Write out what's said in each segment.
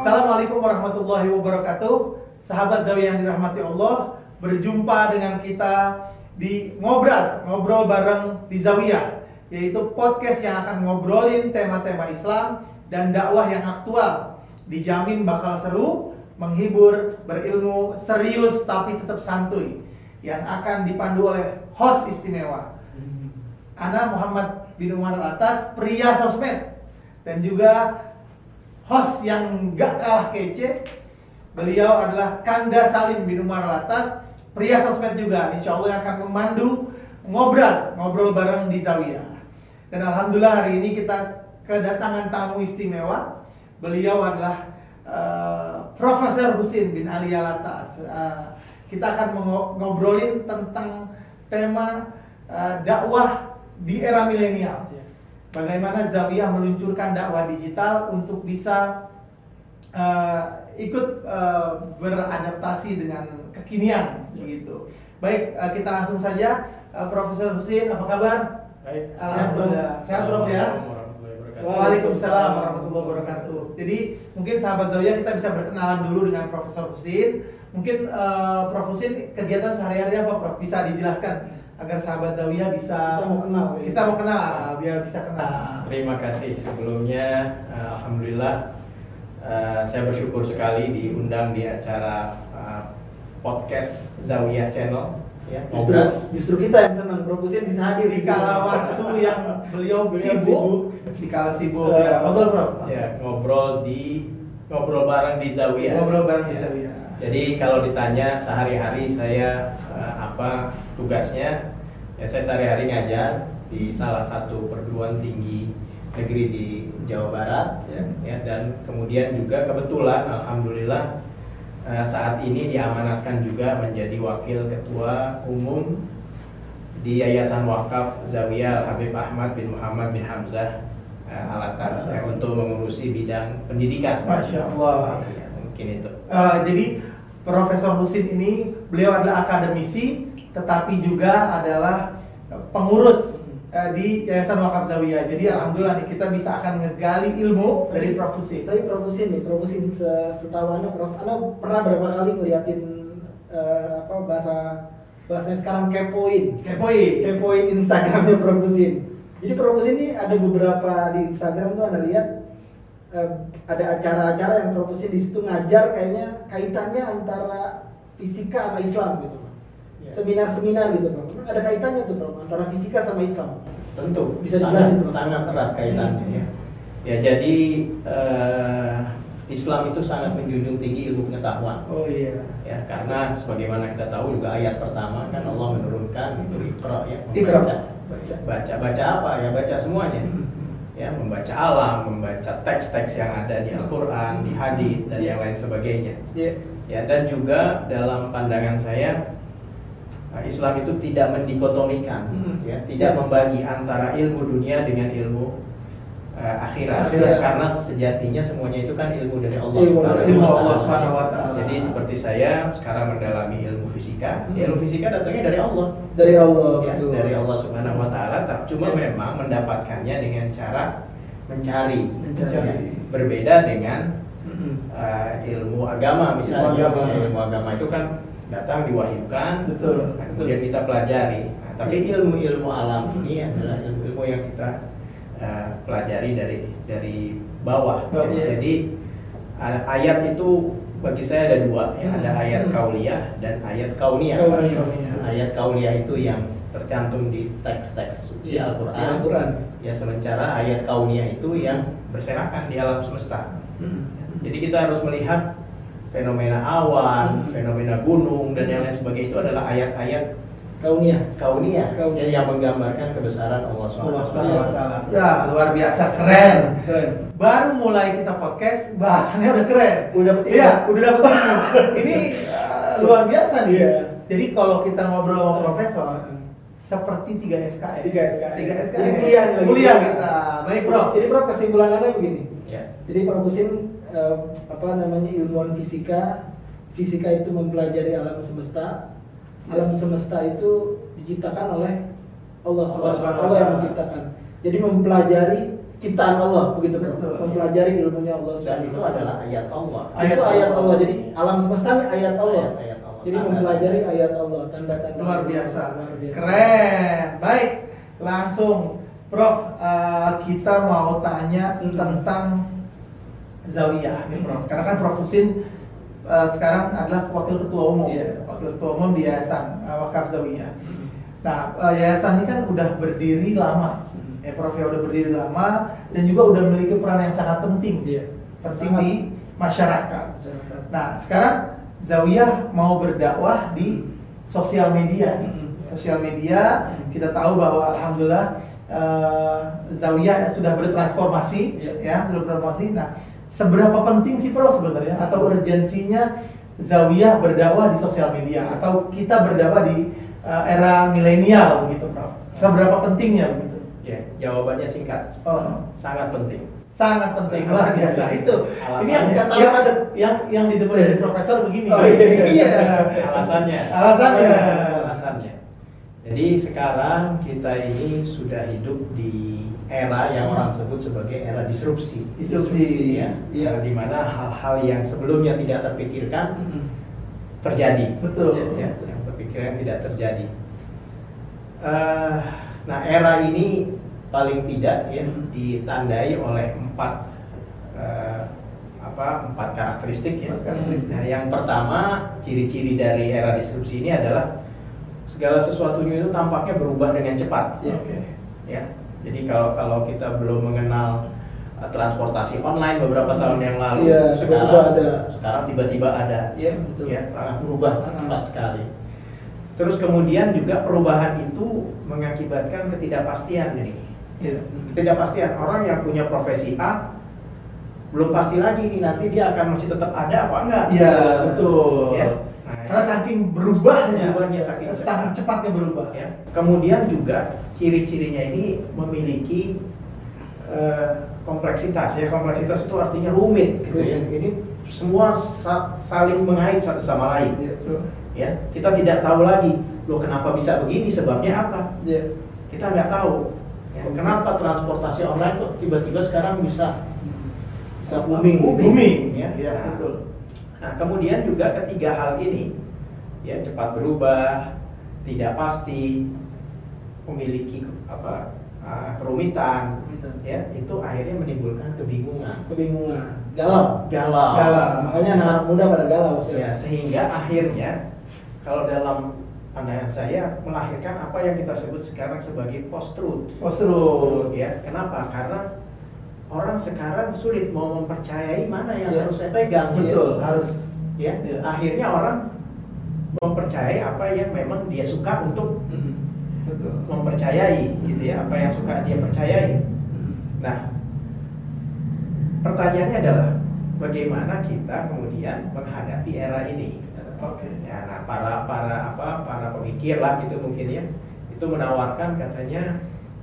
Assalamualaikum warahmatullahi wabarakatuh. Sahabat Zawiyah yang dirahmati Allah, berjumpa dengan kita di Ngobrol bareng di Zawiyah, yaitu podcast yang akan ngobrolin tema-tema Islam dan dakwah yang aktual. Dijamin bakal seru, menghibur, berilmu, serius tapi tetap santuy. Yang akan dipandu oleh host istimewa, Ana Muhammad bin Umar Al-Atas, pria sosmed, dan juga host yang gak kalah kece. Beliau adalah Kanda Salim bin Umar Al-Atas, pria sosmed juga. Insya Allah yang akan memandu ngobrol bareng di Zawiyah. Dan alhamdulillah hari ini kita kedatangan tamu istimewa. Beliau adalah Profesor Husin bin Ali Al-Atas. Kita akan ngobrolin tentang tema dakwah di era milenial. Bagaimana Zawiyah meluncurkan dakwah digital untuk bisa ikut beradaptasi dengan kekinian, begitu. Baik, kita langsung saja. Profesor Husin, apa kabar? Baik. Alhamdulillah. Sehat, Prof ya? Waalaikumsalam warahmatullahi wabarakatuh. Jadi mungkin sahabat Zawiyah kita bisa berkenalan dulu dengan Profesor Husin. Mungkin Prof Husin kegiatan sehari-hari apa, Prof? Bisa dijelaskan agar sahabat Zawiyah bisa kita mau kenal biar bisa kenal. Terima kasih sebelumnya. Alhamdulillah saya bersyukur sekali diundang di acara podcast Zawiyah Channel. Ya, justru kita yang senang Prof Husin bisa hadir di kala waktu yang beliau sibuk. Di kala sibuk ya, betul Prof. Ya, ngobrol bareng di Zawiyah. Ngobrol bareng di Zawiyah. Jadi kalau ditanya sehari-hari saya apa tugasnya, ya saya sehari-hari ngajar di salah satu perguruan tinggi negeri di Jawa Barat, ya dan kemudian juga kebetulan alhamdulillah saat ini diamanatkan juga menjadi wakil ketua umum di Yayasan Wakaf Zawiyah Habib Ahmad bin Muhammad bin Hamzah Al-Atas untuk mengurusi bidang pendidikan. Masya Allah. Ya, mungkin itu. Jadi Profesor Husin ini beliau adalah akademisi, tetapi juga adalah pengurus di Yayasan Wakaf Zawiyah. Jadi alhamdulillah nih kita bisa akan ngegali ilmu dari Prof Husin. Tapi Prof Husin setahu Anda, Prof, Anda pernah berapa kali ngeliatin bahasanya sekarang kepoin Instagramnya Prof Husin. Jadi Prof Husin ini ada beberapa di Instagram tuh Anda lihat ada acara-acara yang Prof Husin di situ ngajar, kayaknya kaitannya antara fisika sama Islam gitu. Seminar-seminar gitu, Prof. Ada kaitannya tuh, Prof, antara fisika sama Islam. Tentu. Bisa dijelasin, Prof? Sangat erat kaitannya ya. Ya jadi Islam itu sangat menjunjung tinggi ilmu pengetahuan. Oh iya. Ya karena sebagaimana kita tahu juga ayat pertama kan Allah menurunkan itu Iqra ya, baca apa ya, baca semuanya. Ya, membaca alam, membaca teks-teks yang ada di Al-Qur'an, di hadis dan yang lain sebagainya. Ya dan juga dalam pandangan saya Islam itu tidak mendikotomikan, ya, tidak membagi antara ilmu dunia dengan ilmu akhirat. Karena sejatinya semuanya itu kan ilmu dari Allah. Ilmu Allah Subhanahu wa Ta'ala. Jadi seperti saya sekarang mendalami ilmu fisika, ilmu fisika datangnya dari Allah. Dari Allah, ya, dari Allah Subhanahu wa Ta'ala. Cuma memang mendapatkannya dengan cara mencari. Ya, berbeda dengan ilmu agama misalnya. Ilmu agama itu kan datang diwahyukan, kemudian kita pelajari. Nah, tapi ilmu alam ini adalah ilmu yang kita pelajari dari bawah. Jadi ayat itu bagi saya ada dua, ya. Ada ayat kauliyah dan ayat kauniyah. Ayat kauliyah itu yang tercantum di teks-teks suci Al-Quran. Ya sementara ayat kauniyah itu yang berserakan di alam semesta. Jadi kita harus melihat fenomena awan, fenomena gunung dan yang lain sebagainya itu adalah ayat-ayat kauniyah yang menggambarkan kebesaran Allah Subhanahu wa Ta'ala. Ya, luar biasa keren. Baru mulai kita podcast, bahasannya udah keren. Udah dapet ilmu. Ini luar biasa nih. Jadi kalau kita ngobrol sama profesor seperti 3 SKS. 3 SKS. Jadi kuliah kita. Baik, Prof. Jadi Prof, kesimpulan Anda begini. Ya. Jadi Prof Husin ilmuwan fisika itu mempelajari alam semesta. Alam semesta itu diciptakan oleh Allah yang menciptakan. Jadi mempelajari ciptaan Allah begitu Prof. Betul. Mempelajari ilmunya Allah Dan itu adalah ayat Allah. Itu ayat Allah. Jadi alam semesta ini ayat Allah. Ayat Allah. Jadi mempelajari ayat Allah, tanda-tanda Luar biasa. Luar biasa. Keren. Baik, langsung Prof, kita mau tanya tentang Zawiyah nih Prof. Karena kan Prof Husin sekarang adalah wakil ketua umum, Iya. wakil ketua umum di Yayasan Wakaf Zawiyah. Nah, yayasan ini kan udah berdiri lama, Prof ya udah berdiri lama dan juga udah memiliki peran yang sangat penting, Iya. penting di masyarakat. Nah, sekarang Zawiyah mau berdakwah di sosial media. Sosial media, kita tahu bahwa alhamdulillah Zawiyah sudah bertransformasi, ya, sudah bertransformasi. Nah, seberapa penting sih Prof sebenarnya atau urgensinya Zawiyah berdakwah di sosial media atau kita berdakwah di era milenial begitu Prof? Seberapa pentingnya begitu? Ya, jawabannya singkat. Sangat penting. Sangat penting, luar biasa. Itu ini yang Alasannya. yang didebat dari profesor begini. Oh, iya. Iya. Alasannya. Jadi sekarang kita ini sudah hidup di era yang orang sebut sebagai era disrupsi. Disrupsi, ya. Iya. Di mana hal-hal yang sebelumnya tidak terpikirkan terjadi. Betul. Ya, yang terpikirkan tidak terjadi. Nah, era ini paling tidak ya ditandai oleh empat karakteristik ya. Nah, yang pertama, ciri-ciri dari era disrupsi ini adalah segala sesuatunya itu tampaknya berubah dengan cepat. Ya. Jadi kalau kita belum mengenal transportasi online beberapa tahun yang lalu, sekarang tiba-tiba ada. Iya, betul. Ya, berubah cepat sekali. Terus kemudian juga perubahan itu mengakibatkan ketidakpastian ini. Ketidakpastian, orang yang punya profesi A belum pasti lagi nih nanti dia akan masih tetap ada apa enggak. Iya, betul. Ya. Karena saking berubahnya saking sangat cepatnya berubah. Ya. Kemudian juga ciri-cirinya ini memiliki kompleksitas ya. Kompleksitas itu artinya rumit gitu ya. Ini semua saling mengait satu sama lain. Ya, kita tidak tahu lagi loh kenapa bisa begini, sebabnya apa. Kita nggak tahu ya, kenapa transportasi online kok tiba-tiba sekarang bisa booming ya. Betul. Nah, kemudian juga ketiga hal ini ya, cepat berubah, tidak pasti, memiliki kerumitan ya, itu akhirnya menimbulkan kebingungan, galau. Makanya anak muda pada galau Ya, sehingga akhirnya kalau dalam pandangan saya melahirkan apa yang kita sebut sekarang sebagai post-truth ya. Kenapa? Karena orang sekarang sulit mau mempercayai mana yang harus saya pegang. Betul, harus ya. Akhirnya orang mempercayai apa yang memang dia suka untuk mempercayai gitu ya, apa yang suka dia percayai. Nah, pertanyaannya adalah bagaimana kita kemudian menghadapi era ini. Ya, nah para pemikir lah gitu mungkin ya, itu menawarkan katanya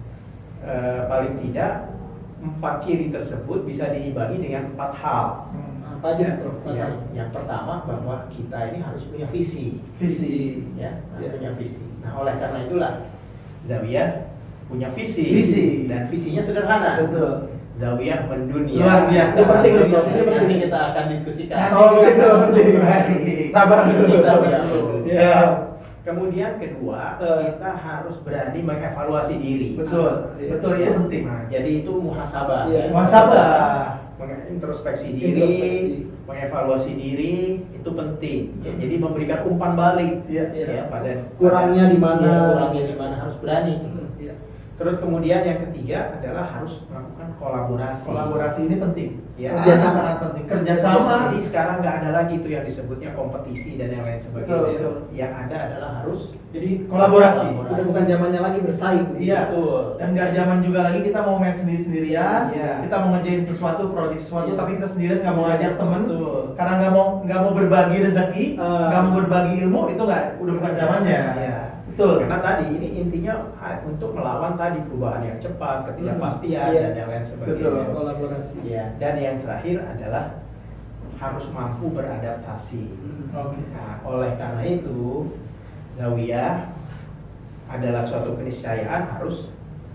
paling tidak 4 ciri tersebut bisa diimbangi dengan 4 hal. Apa aja Prof? Yang pertama bahwa kita ini harus punya visi ya, punya visi. Nah, oleh karena itulah Zawiyah punya visi. Dan visinya sederhana. Betul. Zawiyah mendunia. Luar biasa. Itu penting, Itu Nanti kita akan diskusikan. itu penting. Sabar dulu. Ya. Kemudian kedua, kita harus berani mengevaluasi diri. Betul Ya. itu penting. Nah, jadi itu muhasabah. Muhasabah. Introspeksi diri, mengevaluasi diri itu penting. Ya, jadi memberikan umpan balik. Ya. Pada Kurangnya di mana? Kurangnya di mana harus berani. Terus kemudian yang ketiga adalah harus melakukan kolaborasi. Kolaborasi ini penting. Ya. Kerjasama sangat penting. Kerjasama. Jadi sekarang nggak ada lagi itu yang disebutnya kompetisi dan yang lain sebagainya. Betul. Yang ada adalah harus Jadi kolaborasi. Udah bukan zamannya lagi bersaing. Iya. Betul. Dan nggak zaman juga lagi kita mau main sendiri-sendirian. Iya. Kita mau ngerjain sesuatu, proyek sesuatu, Iya. tapi kita sendirian nggak mau ngajak temen. Betul. Karena nggak mau berbagi rezeki, nggak mau berbagi ilmu, itu udah bukan zamannya. Iya. Betul. Karena tadi ini intinya untuk melawan tadi perubahan yang cepat, ketidakpastian Iya. dan yang lain sebagainya. Betul. Kolaborasi. Ya. Dan yang terakhir adalah harus mampu beradaptasi. Oke. Nah, oleh karena itu Zawiyah adalah suatu keniscayaan harus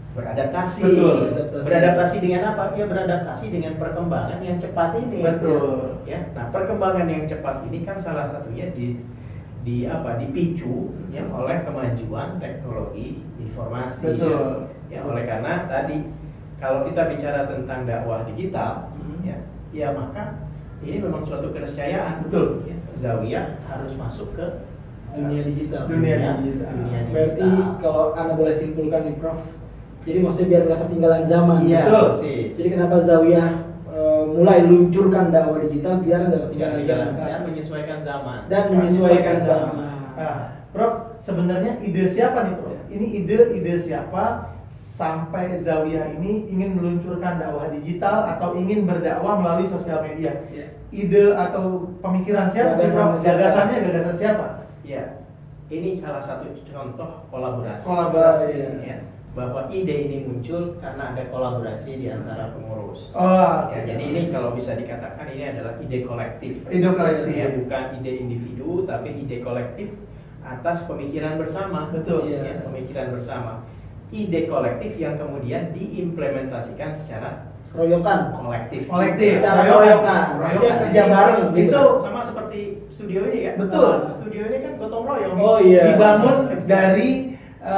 beradaptasi. Betul. Beradaptasi dengan apa? Ya beradaptasi dengan perkembangan yang cepat ini. Betul. Ya. Nah, perkembangan yang cepat ini kan salah satunya dipicu ya oleh kemajuan teknologi informasi. Betul. Ya, oleh karena tadi kalau kita bicara tentang dakwah digital, ya maka ini memang suatu keniscayaan. Betul. Ya, Zawiyah harus masuk ke Dunia digital. Dunia digital. Berarti kalau Anda boleh simpulkan nih Prof, jadi maksudnya biar nggak ketinggalan zaman. Iya, Betul. persis. Jadi kenapa Zawiyah mulai luncurkan dakwah digital biar nggak ketinggalan zaman Dan menyesuaikan zaman. dan menyesuaikan zaman. Nah, Prof, sebenarnya ide siapa nih, Prof? Ini ide siapa sampai Zawiyah ini ingin meluncurkan dakwah digital atau ingin berdakwah melalui sosial media? Ya. Ide atau pemikiran siapa sih, Prof? Gagasan siapa? Ya, ini salah satu contoh kolaborasi. Kolaborasi. Ya, bahwa ide ini muncul karena ada kolaborasi di antara pengurus. Oh, Ya, jadi ini kalau bisa dikatakan ini adalah ide kolektif. Ide kolektif. Ya, bukan ide individu, tapi ide kolektif atas pemikiran bersama. Betul. Ya, pemikiran bersama. Ide kolektif yang kemudian diimplementasikan secara Keroyokan. kolektif. Cara keroyokan. Kerja bareng. Itu Sama seperti studio ini kan. Betul. Studio ini kan gotong royong. Oh iya. dibangun dari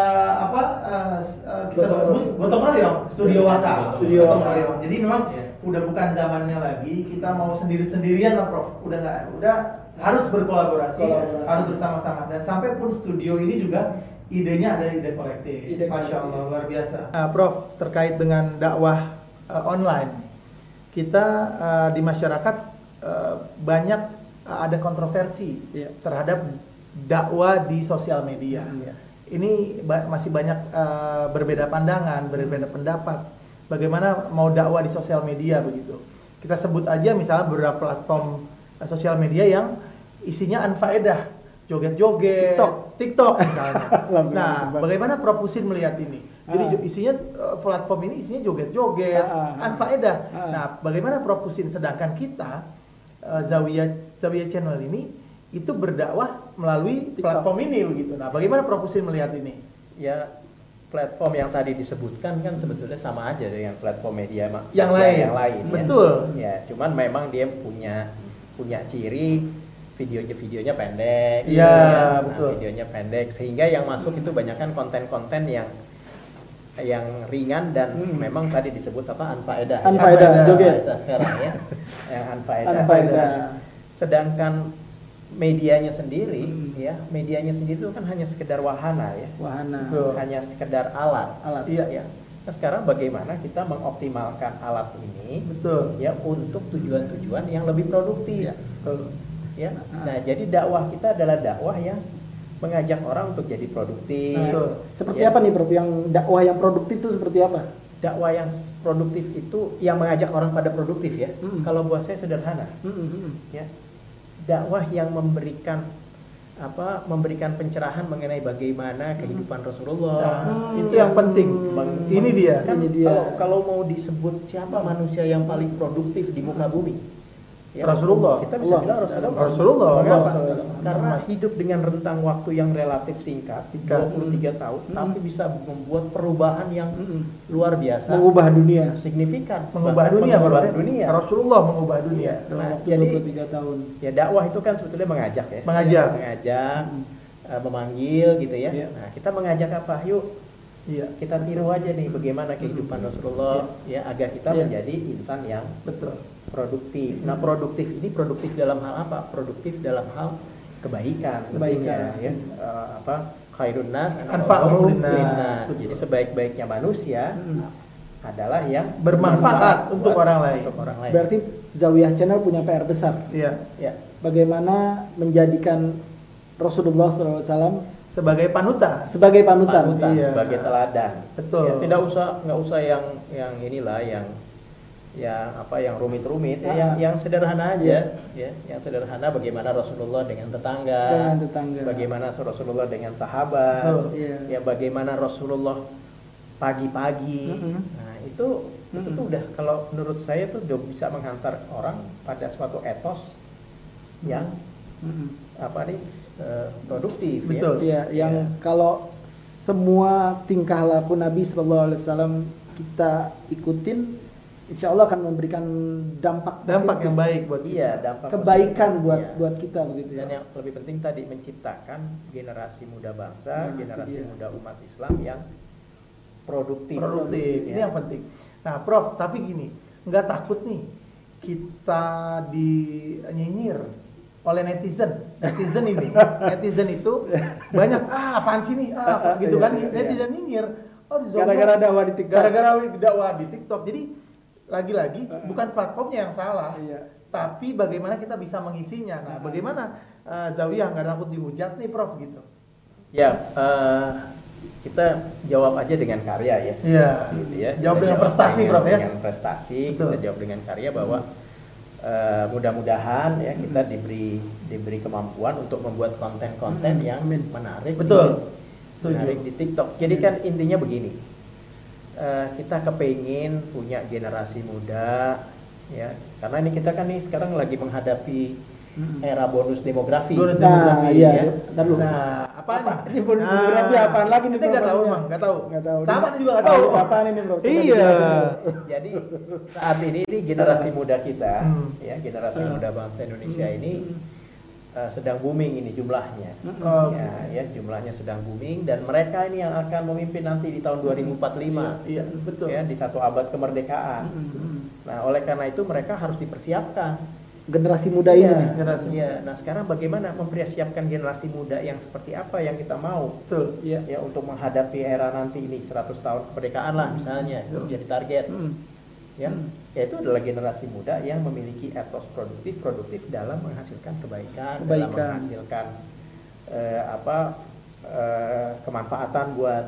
kita sebut gotong royong, studio wakaf, Studio gotong wakaf. royong. Jadi memang Iya. udah bukan zamannya lagi kita mau sendiri-sendirian lah, Prof. Udah harus berkolaborasi, Kolaborasi. harus bersama-sama. Dan sampai pun studio ini juga idenya ada ide kolektif. Ide Masya kolektif. Allah, luar biasa. Prof, terkait dengan dakwah online, kita di masyarakat banyak ada kontroversi terhadap dakwah di sosial media. Ini masih banyak berbeda pandangan, berbeda pendapat. Bagaimana mau dakwah di sosial media begitu? Kita sebut aja misalnya beberapa platform sosial media yang isinya anfaedah, joget-joget, TikTok misalnya. Nah, bagaimana Prof Husin melihat ini? Jadi isinya platform ini isinya joget-joget, anfaedah. Nah, bagaimana Prof Husin? Sedangkan kita Zawiyah Channel ini itu berdakwah melalui platform ini begitu. Nah, bagaimana Prof Husin melihat ini? Ya, platform yang tadi disebutkan kan sebetulnya sama aja dengan platform media Yang sosial lain. ya. Betul. Ya, cuman memang dia punya ciri videonya pendek. Iya, Nah, betul. videonya pendek sehingga yang masuk itu banyakkan konten-konten yang ringan dan memang tadi disebut apa anfaedah. Anfaedah, joget. Bahasa sekarang ya. Yang anfaedah. Anfaedah. Sedangkan medianya sendiri itu kan hanya sekedar wahana ya. Wahana. Betul. Hanya sekedar alat. Iya. Ya. Nah, sekarang bagaimana kita mengoptimalkan alat ini Betul. ya untuk tujuan-tujuan yang lebih produktif. Iya. Ya. Nah, jadi dakwah kita adalah dakwah yang mengajak orang untuk jadi produktif. Betul. Seperti Ya. apa nih Prof? Yang dakwah yang produktif itu seperti apa? Dakwah yang produktif itu yang mengajak orang pada produktif ya. Kalau buat saya sederhana. Ya. Dakwah yang memberikan pencerahan mengenai bagaimana kehidupan Rasulullah. Itu yang penting. Ini dia. Kan Ini dia. kalau mau disebut siapa manusia yang paling produktif di muka bumi? Ya, Rasulullah. Kita bisa bilang Rasulullah. Mengapa? Allah. Karena hidup dengan rentang waktu yang relatif singkat, 23 tahun, tapi bisa membuat perubahan yang luar biasa, Mengubah dunia. signifikan, Mengubah bahkan dunia, mengubah Bapak. dunia. Rasulullah mengubah dunia. Dalam Nah, waktu jadi 23 tahun. ya dakwah itu kan sebetulnya mengajak ya. Mengajak. Memanggil gitu ya. Iya. Nah, kita mengajak apa? Yuk Iya. kita tiru aja nih bagaimana kehidupan Rasulullah ya agar kita Iya. menjadi insan yang Betul. produktif. Nah, produktif ini produktif dalam hal apa? Produktif dalam hal kebaikan. Kebaikan. Ya. Khairun nas Anfa'uhum linnas. linnas. Jadi sebaik-baiknya manusia adalah yang Bermanfaat untuk buat- orang lain. Untuk orang lain. Berarti Zawiyah Channel punya PR besar. Iya. Ya. Bagaimana menjadikan Rasulullah SAW Sebagai panutan. sebagai panutan. Panutan, Iya. sebagai teladan. Betul. Ya, nggak usah yang inilah yang rumit-rumit ya, yang sederhana aja ya, yang sederhana bagaimana Rasulullah dengan tetangga, Dengan tetangga. bagaimana Rasulullah dengan sahabat, Oh, iya. ya bagaimana Rasulullah pagi-pagi. Nah, itu tuh udah kalau menurut saya tuh udah bisa menghantar orang pada suatu etos yang produktif. Betul. Ya, yang Ya. kalau semua tingkah laku Nabi Sallallahu Alaihi Wasallam kita ikutin, insya Allah akan memberikan dampak yang baik buat dampak kebaikan positif. buat kita begitu. Dan yang lebih penting tadi menciptakan generasi muda bangsa, generasi muda umat Islam yang produktif. Ini yang penting. Nah, Prof, tapi gini, nggak takut nih kita dinyinyir oleh netizen ini. Netizen itu banyak apaan sih nih, gitu kan? Netizen nyinyir. Gara-gara dakwah di TikTok. Gara-gara dakwah di TikTok. Jadi lagi-lagi bukan platformnya yang salah, tapi bagaimana kita bisa mengisinya. Nah, bagaimana Zawiyah nggak takut dihujat nih, Prof, gitu? Ya, kita jawab aja dengan karya ya. Iya. Gitu ya. Jawab dengan prestasi, Prof, ya. Dengan prestasi, Betul. kita jawab dengan karya bahwa mudah-mudahan ya kita diberi kemampuan untuk membuat konten-konten yang menarik. Betul. Menarik di TikTok. Jadi kan intinya begini. Kita kepingin punya generasi muda ya. Karena ini kita kan nih sekarang lagi menghadapi era bonus demografi. Nah, apa ini bonus demografi apaan lagi nih? Kita nggak tahu, Bang. Nggak tahu. Sama juga nggak tahu. Apaan ini, Bro? Iya. Jadi saat ini generasi muda kita, ya generasi muda bangsa Indonesia ini sedang booming ini jumlahnya. Ya jumlahnya sedang booming dan mereka ini yang akan memimpin nanti di tahun 2045. Iya, betul. Ya di satu abad kemerdekaan. Nah oleh karena itu mereka harus dipersiapkan. Generasi muda ini. Iya. Nah sekarang bagaimana mempersiapkan generasi muda yang seperti apa yang kita mau? Betul. Ya untuk menghadapi era nanti ini 100 tahun kemerdekaan lah misalnya itu jadi target. Ya, yaitu adalah generasi muda yang memiliki etos produktif dalam menghasilkan kebaikan. Dalam menghasilkan kemanfaatan buat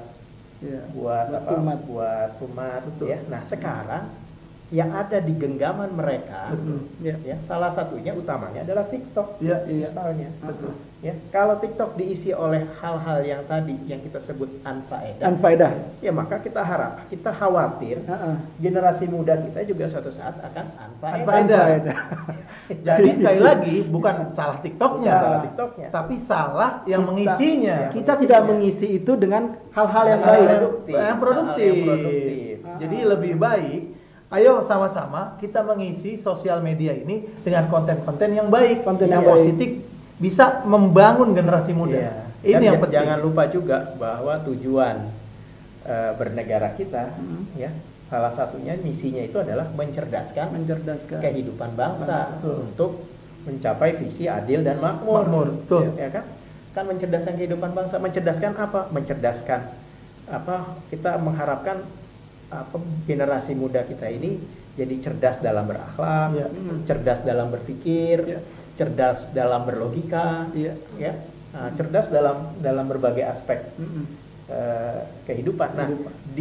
umat. Ya. Nah sekarang yang ada di genggaman mereka, ya salah satunya utamanya adalah TikTok, misalnya. Ya, kalau TikTok diisi oleh hal-hal yang tadi yang kita sebut anfaedah, ya maka kita khawatir generasi muda kita juga suatu saat akan anfaedah. Jadi sekali lagi bukan salah TikToknya, tapi salah yang mengisinya. Kita tidak mengisi itu dengan hal-hal yang baik, yang produktif. Jadi lebih baik. Ayo sama-sama kita mengisi sosial media ini dengan konten-konten yang baik, yang positif, bisa membangun generasi muda. Ini yang penting. Jangan lupa juga bahwa tujuan bernegara kita, ya salah satunya misinya itu adalah mencerdaskan kehidupan bangsa untuk mencapai visi adil dan makmur. Betul. Ya kan? Kan mencerdaskan kehidupan bangsa, mencerdaskan apa? Mencerdaskan kita mengharapkan generasi muda kita ini jadi cerdas dalam berakhlak, cerdas dalam berpikir, cerdas dalam berlogika, cerdas dalam berbagai aspek kehidupan. Nah,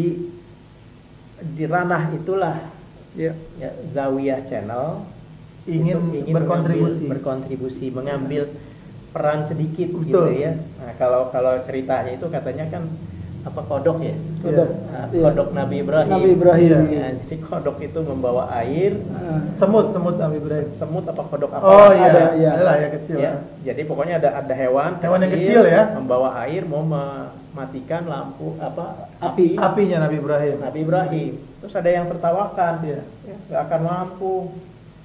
di ranah itulah Zawiyah Channel ingin berkontribusi, mengambil peran sedikit. Betul. Gitu ya. Nah, kalau ceritanya itu katanya kan kodok ya, kodok Nabi Ibrahim. Ya, jadi kodok itu membawa air, semut Nabi Ibrahim. Semut apa kodok apa? Oh iya, adalah ya kecil. Ya. Jadi pokoknya ada hewan yang kecil ya, membawa air mau mematikan lampu apinya Nabi Ibrahim. Terus ada yang tertawakan, nggak akan mampu.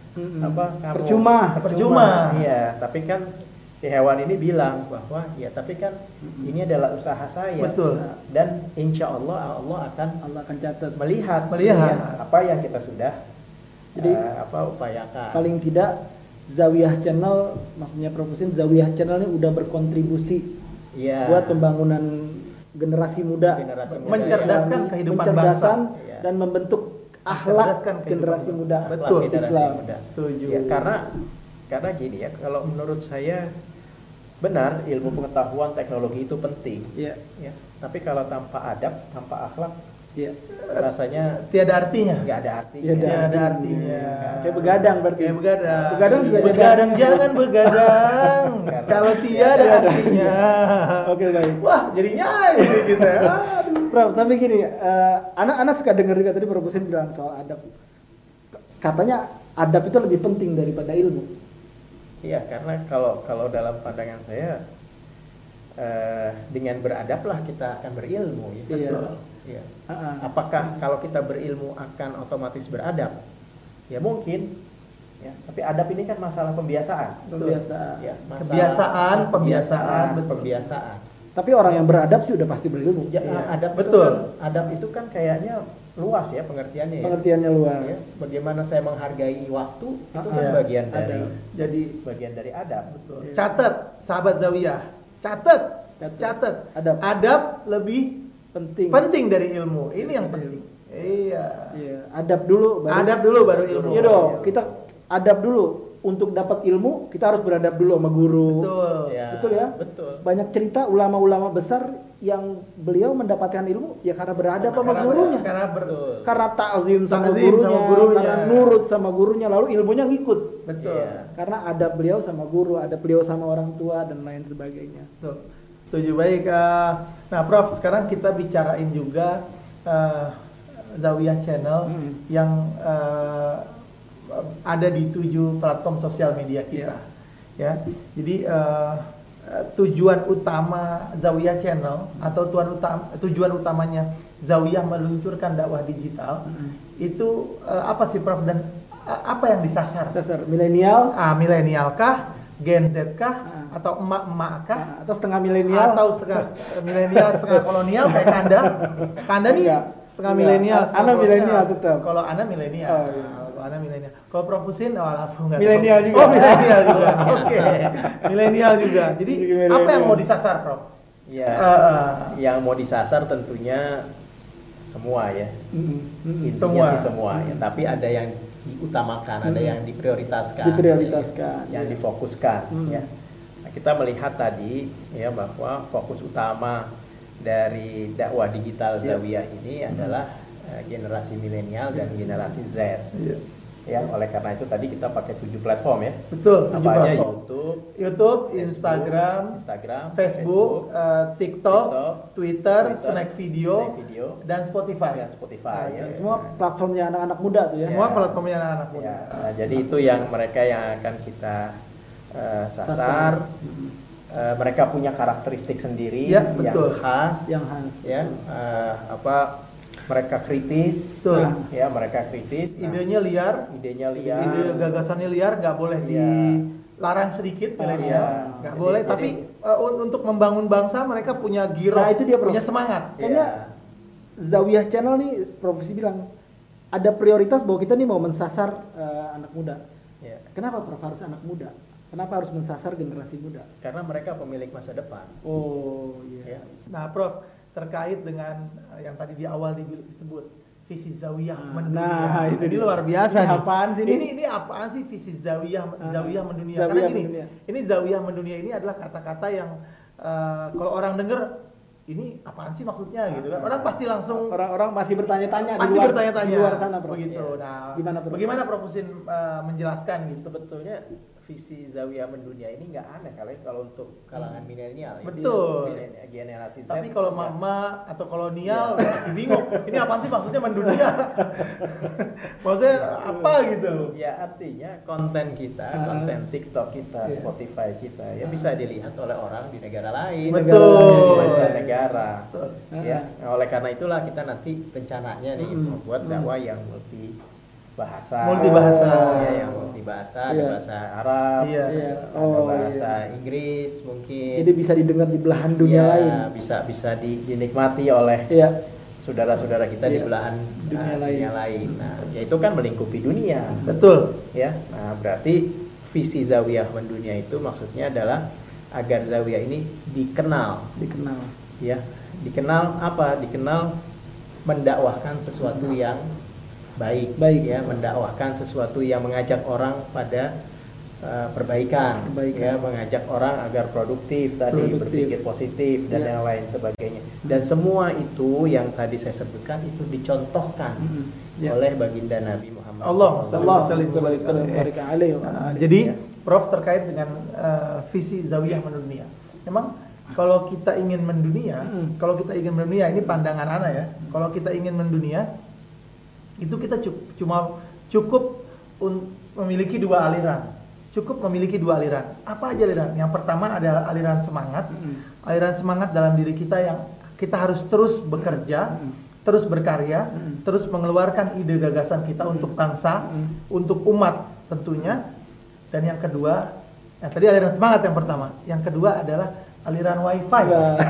Percuma. Iya, tapi kan si hewan ini bilang bahwa tapi kan ini adalah usaha saya. Betul. Dan insya Allah akan catat melihat apa yang kita sudah upayakan. Paling tidak Zawiyah Channel, maksudnya Prof Husin, Zawiyah Channel ini udah berkontribusi buat pembangunan generasi muda, mencerdaskan kehidupan bangsa dan membentuk akhlak generasi muda. Betul. Islam. Setuju. Ya, karena gini ya, kalau menurut saya benar ilmu pengetahuan teknologi itu penting. Ya. Tapi kalau tanpa adab, tanpa akhlak, rasanya tiada artinya. Nggak ada artinya. Tiada artinya. Kayak begadang berarti. Begadang juga begadang jangan begadang. Kalau tiada artinya. Oke, baik. Wah, jadi nyanyi kita. Prof, tapi gini, anak-anak suka dengar juga tadi Prof Husin bilang soal adab. Katanya adab itu lebih penting daripada ilmu. Iya, karena kalau dalam pandangan saya dengan beradablah kita akan berilmu ya. Iya. Betul. Ya. Apakah kalau kita berilmu akan otomatis beradab? Ya mungkin. Ya, tapi adab ini kan masalah pembiasaan. Pembiasaan. Ya, masalah pembiasaan. Tapi orang yang beradab sih udah pasti berilmu. Ya, adab betul. Adab itu kan kayaknya luas ya pengertiannya. Pengertiannya luas. Ya, bagaimana saya menghargai waktu itu kan Ya, bagian dari adab. Jadi bagian dari adab. betul. Catat sahabat Zawiyah. Catat. Adab. Adab lebih penting dari ilmu. Ini yang penting. Iya. Iya, adab dulu baru ilmu. Iya dong, kita adab dulu. Untuk dapat ilmu, kita harus beradab dulu sama guru. Betul. Ya, Betul ya? Betul. Banyak cerita ulama-ulama besar yang beliau mendapatkan ilmu ya karena beradab sama gurunya. Karena ta'zim sama gurunya, karena nurut sama gurunya, lalu ilmunya ngikut. Betul. Iya. Karena adab beliau sama guru, adab beliau sama orang tua dan lain sebagainya. Betul. Setuju, baik. Nah, Prof, sekarang kita bicarain juga Zawiyah Channel yang ada di 7 platform sosial media kita. Ya. Jadi tujuan utama Zawiyah Channel atau tujuan utamanya Zawiyah meluncurkan dakwah digital itu apa sih, Prof, dan apa yang disasar? Milenial, Milenial kah? Gen Z kah? Atau emak-emak kah? atau setengah milenial? Atau milenial setengah kolonial kayak Kanda? Kanda nih setengah milenial. Ana milenial tetap. Kalau Ana milenial. Oh, iya. Kalau Ana milenial. Kalau Prof Husin, enggak. Milenial juga. Oh, milenial juga. Oke. Milenial juga. Jadi apa yang mau disasar, Prof? Ya, yang mau disasar tentunya semua ya. Intinya sih semua ya. Tapi ada yang diutamakan, ada yang diprioritaskan. Yang difokuskan ya. Nah, kita melihat tadi ya bahwa fokus utama dari dakwah digital Zawiyah ini adalah generasi milenial dan generasi Z. Ya, oleh karena itu tadi kita pakai 7 platform ya. Betul. Apa aja? YouTube, Instagram, Facebook, TikTok, Twitter, Snack Video, dan Spotify. Ya. Semua platformnya anak-anak muda tuh ya. Semua platformnya anak-anak muda. Ya, nah, jadi itu yang mereka yang akan kita sasar. Mereka punya karakteristik sendiri ya, betul. yang khas. Ya, mereka kritis, ya mereka kritis. Idenya liar, ide gagasannya liar, nggak boleh dilarang sedikit, nggak boleh. Jadi, tapi untuk membangun bangsa mereka punya giroh, itu dia, punya semangat. Kayaknya Zawiyah Channel nih, Profesi bilang ada prioritas bahwa kita nih mau mensasar anak muda. Ya. Kenapa Prof harus anak muda? Kenapa harus mensasar generasi muda? Karena mereka pemilik masa depan. Oh iya. Ya. Nah, Prof, terkait dengan yang tadi di awal disebut visi Zawiyah mendunia. Nah, itu ini dia. luar biasa. Ini apaan sih ini? Ini apaan sih visi Zawiyah mendunia? Zawiyah Karena gini, mendunia. ini Zawiyah mendunia ini adalah kata-kata yang kalau orang dengar ini apaan sih maksudnya gitu kan? Orang pasti langsung Orang masih bertanya-tanya di luar sana, Prof. begitu. Ya. Nah, bagaimana Prof Husin menjelaskan gitu? Sebetulnya visi Zawiyah mendunia ini nggak aneh kalau untuk kalangan milenial. Betul. Generasi Z. Tapi kalau mama atau kolonial masih bingung. Ini apaan sih maksudnya mendunia? Maksudnya apa gitu? Ya artinya konten kita, konten TikTok kita, Spotify kita ya bisa dilihat oleh orang di negara lain. Betul. Di mancanegara. Ya, nah, oleh karena itulah kita nanti rencananya nih membuat dakwah yang multibahasa, ya, yang multibahasa, ada bahasa Arab, ada bahasa Inggris mungkin. Jadi bisa didengar di belahan dunia lain. Bisa dinikmati oleh saudara-saudara kita di belahan dunia lain. Nah, ya itu kan melingkupi dunia. Betul. Ya. Nah, berarti visi Zawiyah mendunia itu maksudnya adalah agar Zawiyah ini dikenal. Ya, dikenal apa? Dikenal mendakwahkan sesuatu yang baik ya, mendakwahkan sesuatu yang mengajak orang pada perbaikan. Ya, mengajak orang agar produktif tadi, berpikir positif dan yang lain sebagainya. Dan semua itu yang tadi saya sebutkan itu dicontohkan oleh baginda Nabi Muhammad Jadi Prof terkait dengan visi Zawiyah mendunia. Memang kalau kita ingin mendunia, ini pandangan Ana ya. Kalau kita ingin mendunia itu kita cukup memiliki 2 aliran. cukup memiliki dua aliran. Apa aja aliran? Yang pertama adalah aliran semangat. Aliran semangat dalam diri kita yang kita harus terus bekerja, terus berkarya, terus mengeluarkan ide gagasan kita untuk bangsa, untuk umat tentunya. Dan yang kedua, yang tadi aliran semangat yang pertama. Yang kedua adalah aliran wifi.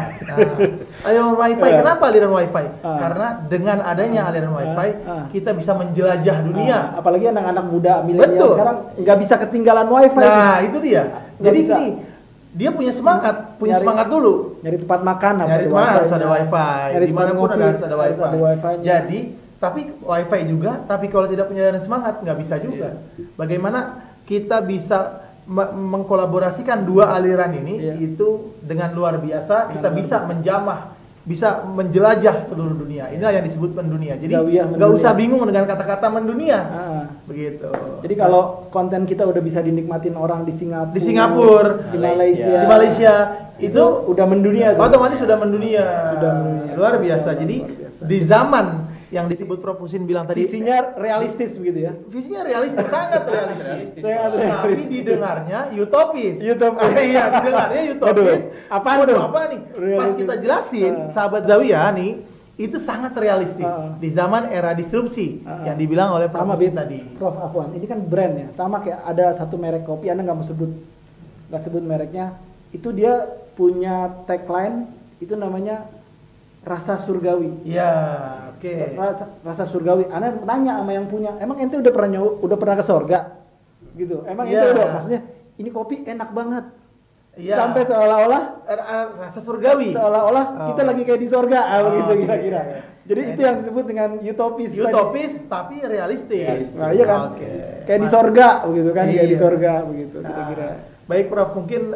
Aliran wifi. Kenapa aliran wifi? Karena dengan adanya aliran wifi, kita bisa menjelajah dunia. Apalagi anak-anak muda milenial sekarang nggak bisa ketinggalan wifi. Nah, itu dia. Jadi gini, dia punya semangat, semangat dulu. Nyari tempat makan harus ada wifi. Dimanapun harus ada wifi. Jadi, tapi wifi juga. Tapi kalau tidak punya semangat, nggak bisa juga. Bagaimana kita bisa mengkolaborasikan dua aliran ini itu dengan luar biasa, kita bisa menjamah, bisa menjelajah seluruh dunia. Inilah yang disebut mendunia. Jadi nggak usah bingung dengan kata-kata mendunia. Begitu. Jadi kalau konten kita udah bisa dinikmatin orang di Singapura, di Malaysia itu udah mendunia. Otomatis sudah mendunia. Luar biasa. Jadi di zaman yang disebut Prof. Husin bilang tadi, visinya realistis begitu ya. Visinya realistis, sangat realistis. Tapi didengarnya utopis. Iya, didengarnya utopis. Apaan tuh? Apa nih? Pas kita jelasin, sahabat Zawiyah nih, itu sangat realistis di zaman era disrupsi yang dibilang oleh Prof. Husin tadi. Prof. Afwan, ini kan brand ya. Sama kayak ada satu merek kopi, Anda nggak sebut mereknya. Itu dia punya tagline, itu namanya rasa surgawi. Ya, oke. Rasa surgawi. Anda nanya sama yang punya, emang ente udah pernah ke surga? Gitu. Emang ente udah, maksudnya ini kopi enak banget. Sampai seolah-olah rasa surgawi. Seolah-olah kita lagi kayak di surga, begitu kira-kira. Jadi itu yang disebut dengan utopis. Utopis tapi realistis. Nah, iya kan? Kayak di surga begitu kan, kayak di surga begitu kira-kira. Baik Prof, mungkin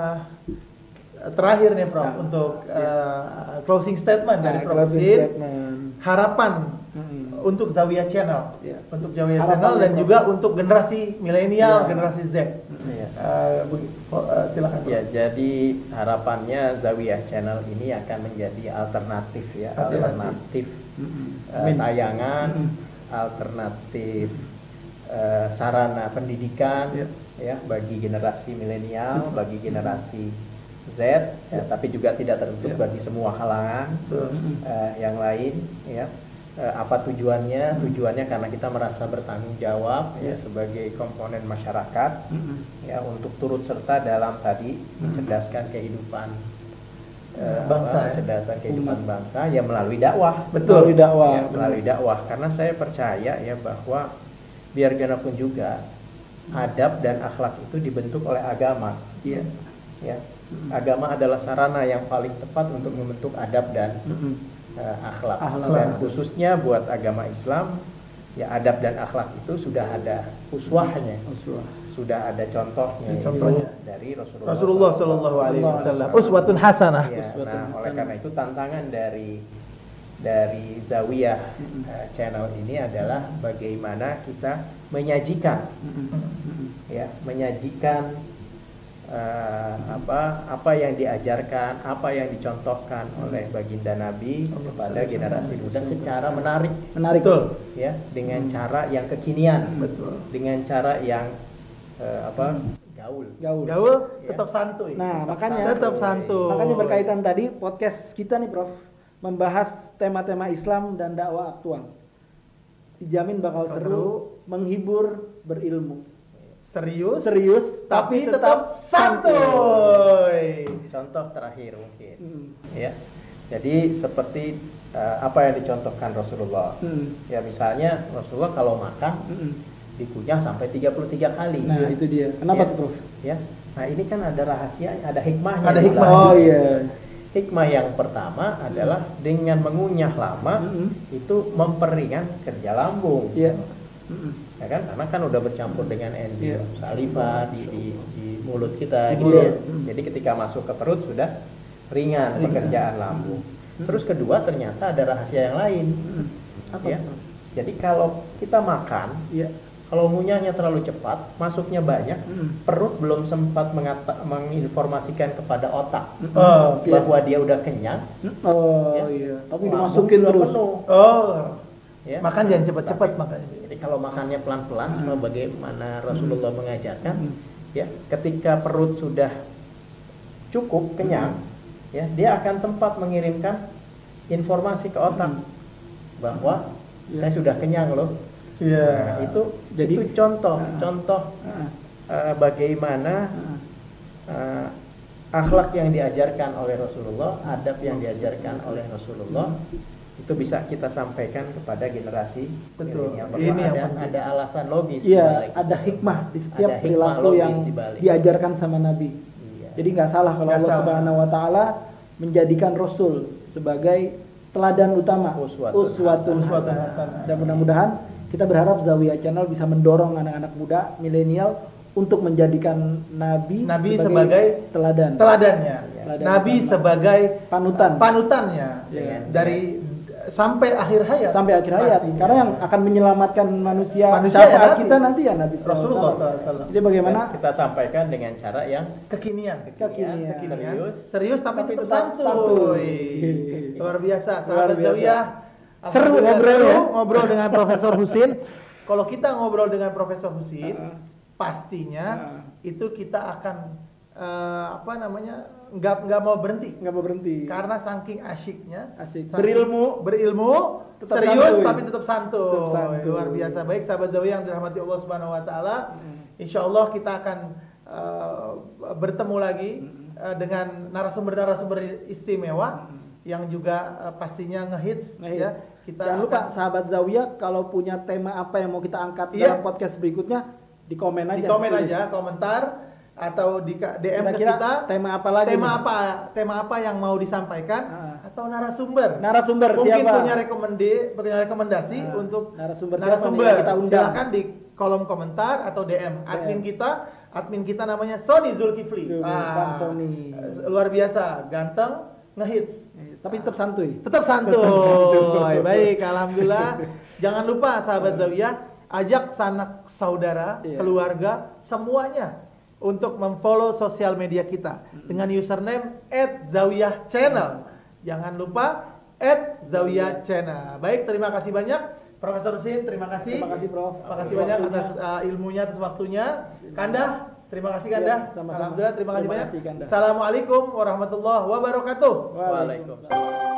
terakhir nih Prof untuk closing statement dari Prof. Husin, harapan untuk Zawiyah Channel, untuk Zawiyah Channel dan juga untuk generasi milenial, generasi Z. Silakan. Ya, jadi harapannya Zawiyah Channel ini akan menjadi alternatif ya, alternatif tayangan, alternatif sarana pendidikan ya bagi generasi milenial, bagi generasi Z, tapi juga tidak tertutup bagi semua kalangan yang lain ya. Apa tujuannya? Tujuannya karena kita merasa bertanggung jawab ya sebagai komponen masyarakat ya untuk turut serta dalam tadi mencerdaskan kehidupan bangsa, mencerdaskan kehidupan bangsa ya melalui dakwah. Betul, melalui dakwah. Karena saya percaya ya bahwa biar bagaimanapun juga adab dan akhlak itu dibentuk oleh agama. Ya. Agama adalah sarana yang paling tepat untuk membentuk adab dan akhlak. Dan khususnya buat agama Islam, ya adab dan akhlak itu sudah ada uswahnya, sudah ada contohnya dari Rasulullah Shallallahu Alaihi Wasallam. Uswatun hasanah. Nah, oleh karena itu tantangan dari Zawiyah channel ini adalah bagaimana kita menyajikan, apa yang diajarkan, apa yang dicontohkan oleh baginda Nabi kepada generasi muda secara menarik, betul ya, dengan cara yang kekinian, dengan cara yang gaul, tetap santuy. Nah, makanya berkaitan tadi podcast kita nih Prof, membahas tema-tema Islam dan dakwah aktual. Dijamin bakal seru, menghibur, berilmu. Serius, tapi tetap santuy. Contoh terakhir mungkin, ya. Jadi seperti apa yang dicontohkan Rasulullah. Ya misalnya Rasulullah kalau makan dikunyah sampai 33 kali. Nah itu dia. Kenapa tuh Prof? Ya. Nah ini kan ada rahasia, ada hikmahnya. Ada hikmah. Oh iya. Hikmah yang pertama adalah dengan mengunyah lama itu memperingan kerja lambung. Iya. Ya kan, karena kan udah bercampur dengan enzim saliva di mulut kita gitu ya. Jadi ketika masuk ke perut sudah ringan pekerjaan lambung. Terus kedua ternyata ada rahasia yang lain. Ya. Jadi kalau kita makan, kalau ngunyahnya terlalu cepat, masuknya banyak, perut belum sempat menginformasikan kepada otak bahwa dia udah kenyang. Tapi dimasukin terus. Ya. Makan jangan cepat-cepat makanya. Jadi kalau makannya pelan-pelan, sebagaimana Rasulullah mengajarkan, ya, ketika perut sudah cukup kenyang, ya, dia akan sempat mengirimkan informasi ke otak bahwa saya sudah kenyang loh. Nah, itu contoh bagaimana akhlak yang diajarkan oleh Rasulullah, adab yang diajarkan oleh Rasulullah itu bisa kita sampaikan kepada generasi milenial. Ini ada alasan logis. Iya, ada hikmah di setiap perilaku yang diajarkan sama Nabi. Iya. Jadi nggak salah kalau Allah Subhanahu Wa Taala menjadikan Rasul sebagai teladan utama, uswatun hasanah. Dan mudah-mudahan kita berharap Zawiyah Channel bisa mendorong anak-anak muda milenial untuk menjadikan Nabi sebagai teladannya. Nabi utama. Sebagai panutannya dari sampai akhir hayat. Karena yang akan menyelamatkan manusia syafaat kita nanti ya Nabi Rasulullah SAW. Jadi bagaimana kita sampaikan dengan cara yang kekinian. Serius tapi tetap santuy. Luar biasa, sahabat Zawiyah. Seru ngobrol dengan Profesor Husin. Kalau kita ngobrol dengan Profesor Husin, pastinya itu kita akan nggak mau berhenti karena saking asyiknya berilmu tetap serius santuy. Tapi tetap santuy. Luar biasa. Baik sahabat Zawiyah yang dirahmati Allah Subhanahu Wa Taala, insyaallah kita akan bertemu lagi dengan narasumber istimewa yang juga pastinya ngehits. Ya. Jangan lupa sahabat Zawiyah, kalau punya tema apa yang mau kita angkat dalam podcast berikutnya, di komen aja, komentar atau di DM ke kita, tema apa lagi? Tema apa yang mau disampaikan atau narasumber siapa? Mungkin punya rekomendasi untuk narasumber kita undang. Silakan di kolom komentar atau DM admin kita namanya Sony Zulkifli. Sony. Luar biasa, ganteng, ngehits. Tapi tetap santuy. Baik, alhamdulillah. Jangan lupa sahabat Zawiyah, ajak sanak saudara, keluarga, semuanya untuk memfollow sosial media kita dengan username @zawiyahchannel. Jangan lupa @zawiyahchannel. Baik, terima kasih banyak Profesor Husin, terima kasih. Terima kasih Prof. Terima kasih banyak atas ilmunya, atas waktunya. Kanda, terima kasih Kanda. Sama-sama. Alhamdulillah, terima kasih banyak. Kanda. Assalamualaikum warahmatullahi wabarakatuh. Waalaikumsalam.